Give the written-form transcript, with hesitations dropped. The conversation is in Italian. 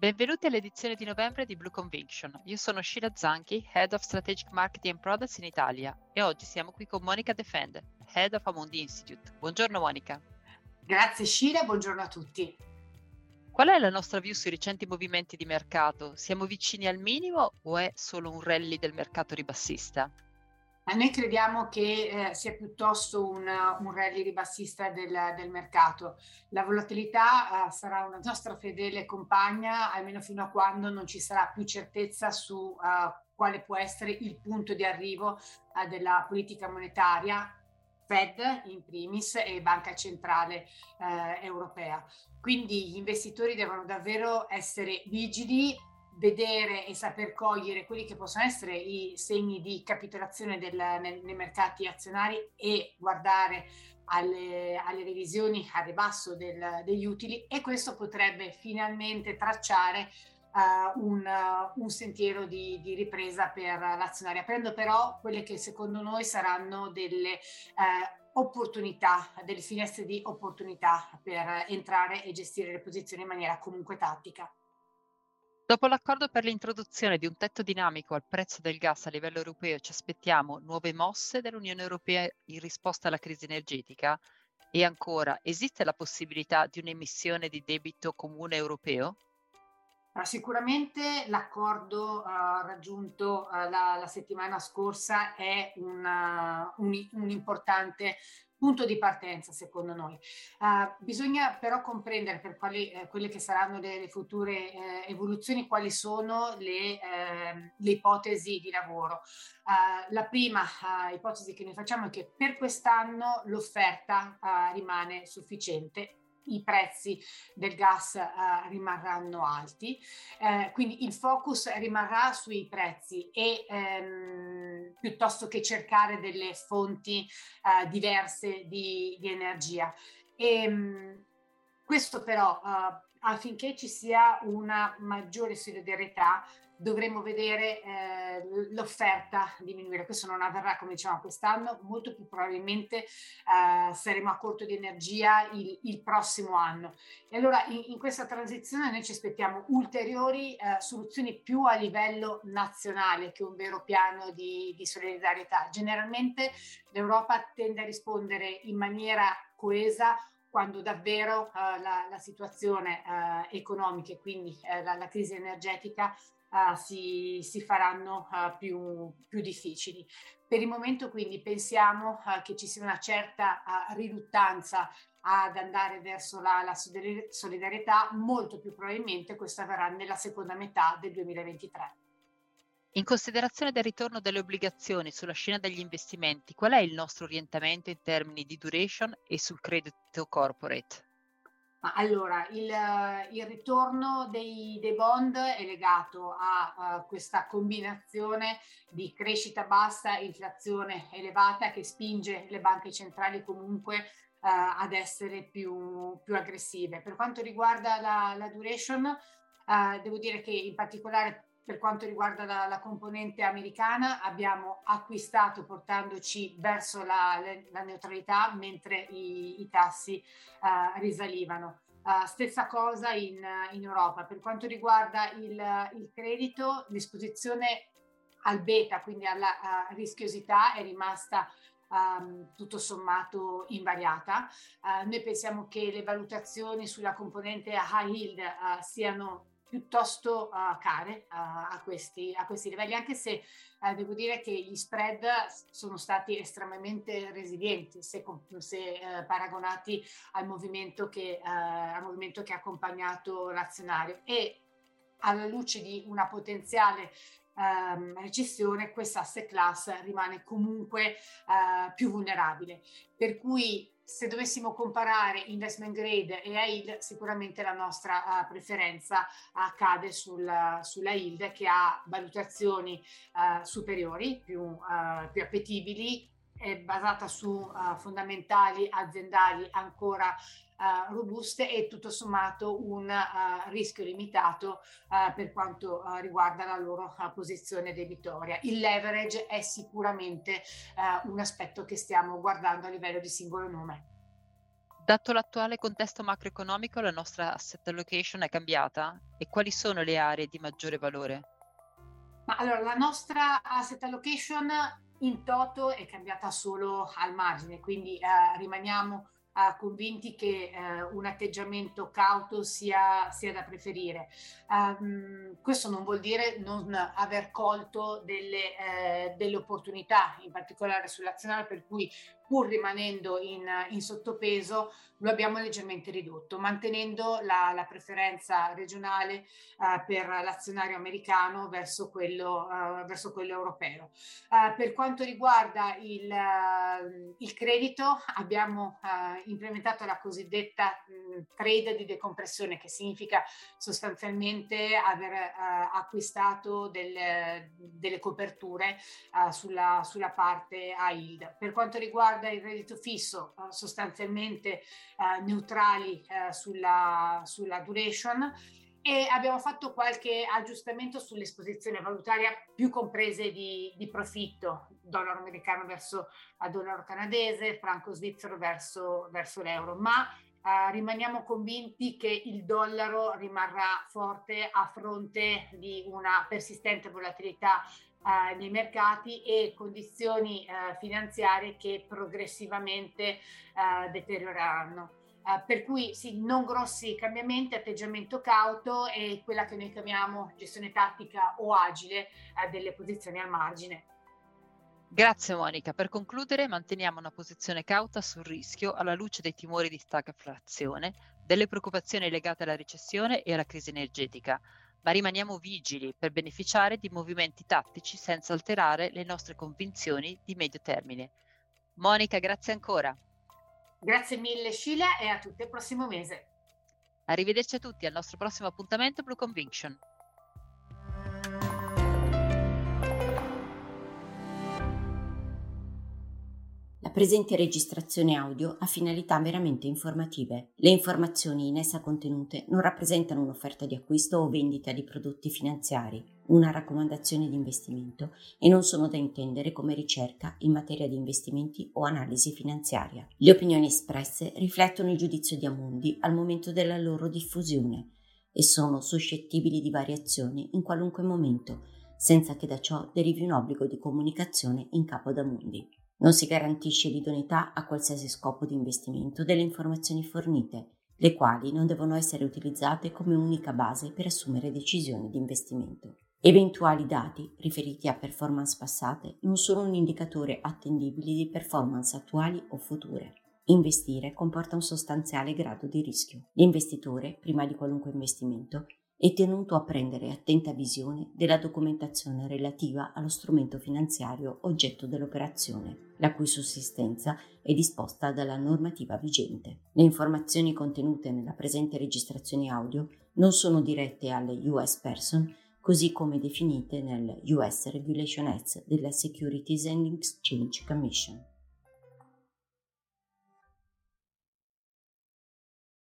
Benvenuti all'edizione di novembre di Blue Conviction. Io sono Sheila Zanchi, Head of Strategic Marketing and Products in Italia e oggi siamo qui con Monica Defend, Head of Amundi Institute. Buongiorno Monica. Grazie Sheila, buongiorno a tutti. Qual è la nostra view sui recenti movimenti di mercato? Siamo vicini al minimo o è solo un rally del mercato ribassista? Noi crediamo che sia piuttosto un rally ribassista del mercato. La volatilità sarà una nostra fedele compagna, almeno fino a quando non ci sarà più certezza su quale può essere il punto di arrivo della politica monetaria, Fed in primis e Banca Centrale Europea. Quindi gli investitori devono davvero essere vigili, vedere e saper cogliere quelli che possono essere i segni di capitolazione nei mercati azionari e guardare alle revisioni a ribasso degli utili, e questo potrebbe finalmente tracciare un sentiero di ripresa per l'azionaria, aprendo però quelle che secondo noi saranno delle opportunità, delle finestre di opportunità per entrare e gestire le posizioni in maniera comunque tattica. Dopo l'accordo per l'introduzione di un tetto dinamico al prezzo del gas a livello europeo, ci aspettiamo nuove mosse dell'Unione Europea in risposta alla crisi energetica? E ancora, esiste la possibilità di un'emissione di debito comune europeo? Sicuramente l'accordo raggiunto la settimana scorsa è un importante punto di partenza, secondo noi. Bisogna però comprendere per quelle che saranno le future evoluzioni, quali sono le ipotesi di lavoro. La prima ipotesi che noi facciamo è che per quest'anno l'offerta rimane sufficiente. I prezzi del gas rimarranno alti, quindi il focus rimarrà sui prezzi e piuttosto che cercare delle fonti diverse di energia. Questo però affinché ci sia una maggiore solidarietà dovremo vedere l'offerta diminuire. Questo non avverrà, come dicevamo, quest'anno, molto più probabilmente saremo a corto di energia il prossimo anno. E allora in questa transizione noi ci aspettiamo ulteriori soluzioni più a livello nazionale che un vero piano di solidarietà. Generalmente l'Europa tende a rispondere in maniera coesa quando davvero la situazione economica e quindi la crisi energetica si faranno più difficili. Per il momento quindi pensiamo che ci sia una certa riluttanza ad andare verso la solidarietà. Molto più probabilmente questo avverrà nella seconda metà del 2023. In considerazione del ritorno delle obbligazioni sulla scena degli investimenti, qual è il nostro orientamento in termini di duration e sul credito corporate? Allora, il ritorno dei bond è legato a questa combinazione di crescita bassa e inflazione elevata che spinge le banche centrali comunque ad essere più aggressive. Per quanto riguarda la duration, devo dire che in particolare per quanto riguarda la componente americana abbiamo acquistato portandoci verso la neutralità mentre i tassi risalivano. Stessa cosa in Europa. Per quanto riguarda il credito, l'esposizione al beta, quindi alla rischiosità, è rimasta tutto sommato invariata. Noi pensiamo che le valutazioni sulla componente high yield siano piuttosto care a questi livelli, anche se devo dire che gli spread sono stati estremamente resilienti se paragonati al movimento che ha accompagnato l'azionario, e alla luce di una potenziale recessione questa asset class rimane comunque più vulnerabile, per cui se dovessimo comparare investment grade e high yield, sicuramente la nostra preferenza cade sulla yield, che ha valutazioni superiori, più appetibili, è basata su fondamentali aziendali ancora robuste e tutto sommato un rischio limitato per quanto riguarda la loro posizione debitoria. Il leverage è sicuramente un aspetto che stiamo guardando a livello di singolo nome. Dato l'attuale contesto macroeconomico, la nostra asset allocation è cambiata? E quali sono le aree di maggiore valore? Ma allora, la nostra asset allocation in toto è cambiata solo al margine, quindi rimaniamo convinti che un atteggiamento cauto sia da preferire. Questo non vuol dire non aver colto delle opportunità, in particolare sull'azionale, per cui pur rimanendo in sottopeso lo abbiamo leggermente ridotto, mantenendo la preferenza regionale per l'azionario americano verso quello europeo. Per quanto riguarda il credito, abbiamo implementato la cosiddetta trade di decompressione, che significa sostanzialmente aver acquistato delle coperture sulla parte a yield. Per quanto riguarda il reddito fisso, sostanzialmente neutrali sulla duration, e abbiamo fatto qualche aggiustamento sull'esposizione valutaria, più comprese di profitto, dollaro americano verso dollaro canadese, franco svizzero verso l'euro, ma rimaniamo convinti che il dollaro rimarrà forte a fronte di una persistente volatilità nei mercati e condizioni finanziarie che progressivamente deterioreranno. Per cui sì, non grossi cambiamenti, atteggiamento cauto e quella che noi chiamiamo gestione tattica o agile delle posizioni al margine. Grazie Monica. Per concludere, manteniamo una posizione cauta sul rischio alla luce dei timori di stagflazione, delle preoccupazioni legate alla recessione e alla crisi energetica, ma rimaniamo vigili per beneficiare di movimenti tattici senza alterare le nostre convinzioni di medio termine. Monica, grazie ancora. Grazie mille Sheila e a tutti il prossimo mese. Arrivederci a tutti al nostro prossimo appuntamento Blue Conviction. La presente registrazione audio ha finalità meramente informative. Le informazioni in essa contenute non rappresentano un'offerta di acquisto o vendita di prodotti finanziari, una raccomandazione di investimento e non sono da intendere come ricerca in materia di investimenti o analisi finanziaria. Le opinioni espresse riflettono il giudizio di Amundi al momento della loro diffusione e sono suscettibili di variazioni in qualunque momento, senza che da ciò derivi un obbligo di comunicazione in capo ad Amundi. Non si garantisce l'idoneità a qualsiasi scopo di investimento delle informazioni fornite, le quali non devono essere utilizzate come unica base per assumere decisioni di investimento. Eventuali dati riferiti a performance passate non sono un indicatore attendibile di performance attuali o future. Investire comporta un sostanziale grado di rischio. L'investitore, prima di qualunque investimento, è tenuto a prendere attenta visione della documentazione relativa allo strumento finanziario oggetto dell'operazione, la cui sussistenza è disposta dalla normativa vigente. Le informazioni contenute nella presente registrazione audio non sono dirette alle US Person, così come definite nel US Regulation Act della Securities and Exchange Commission.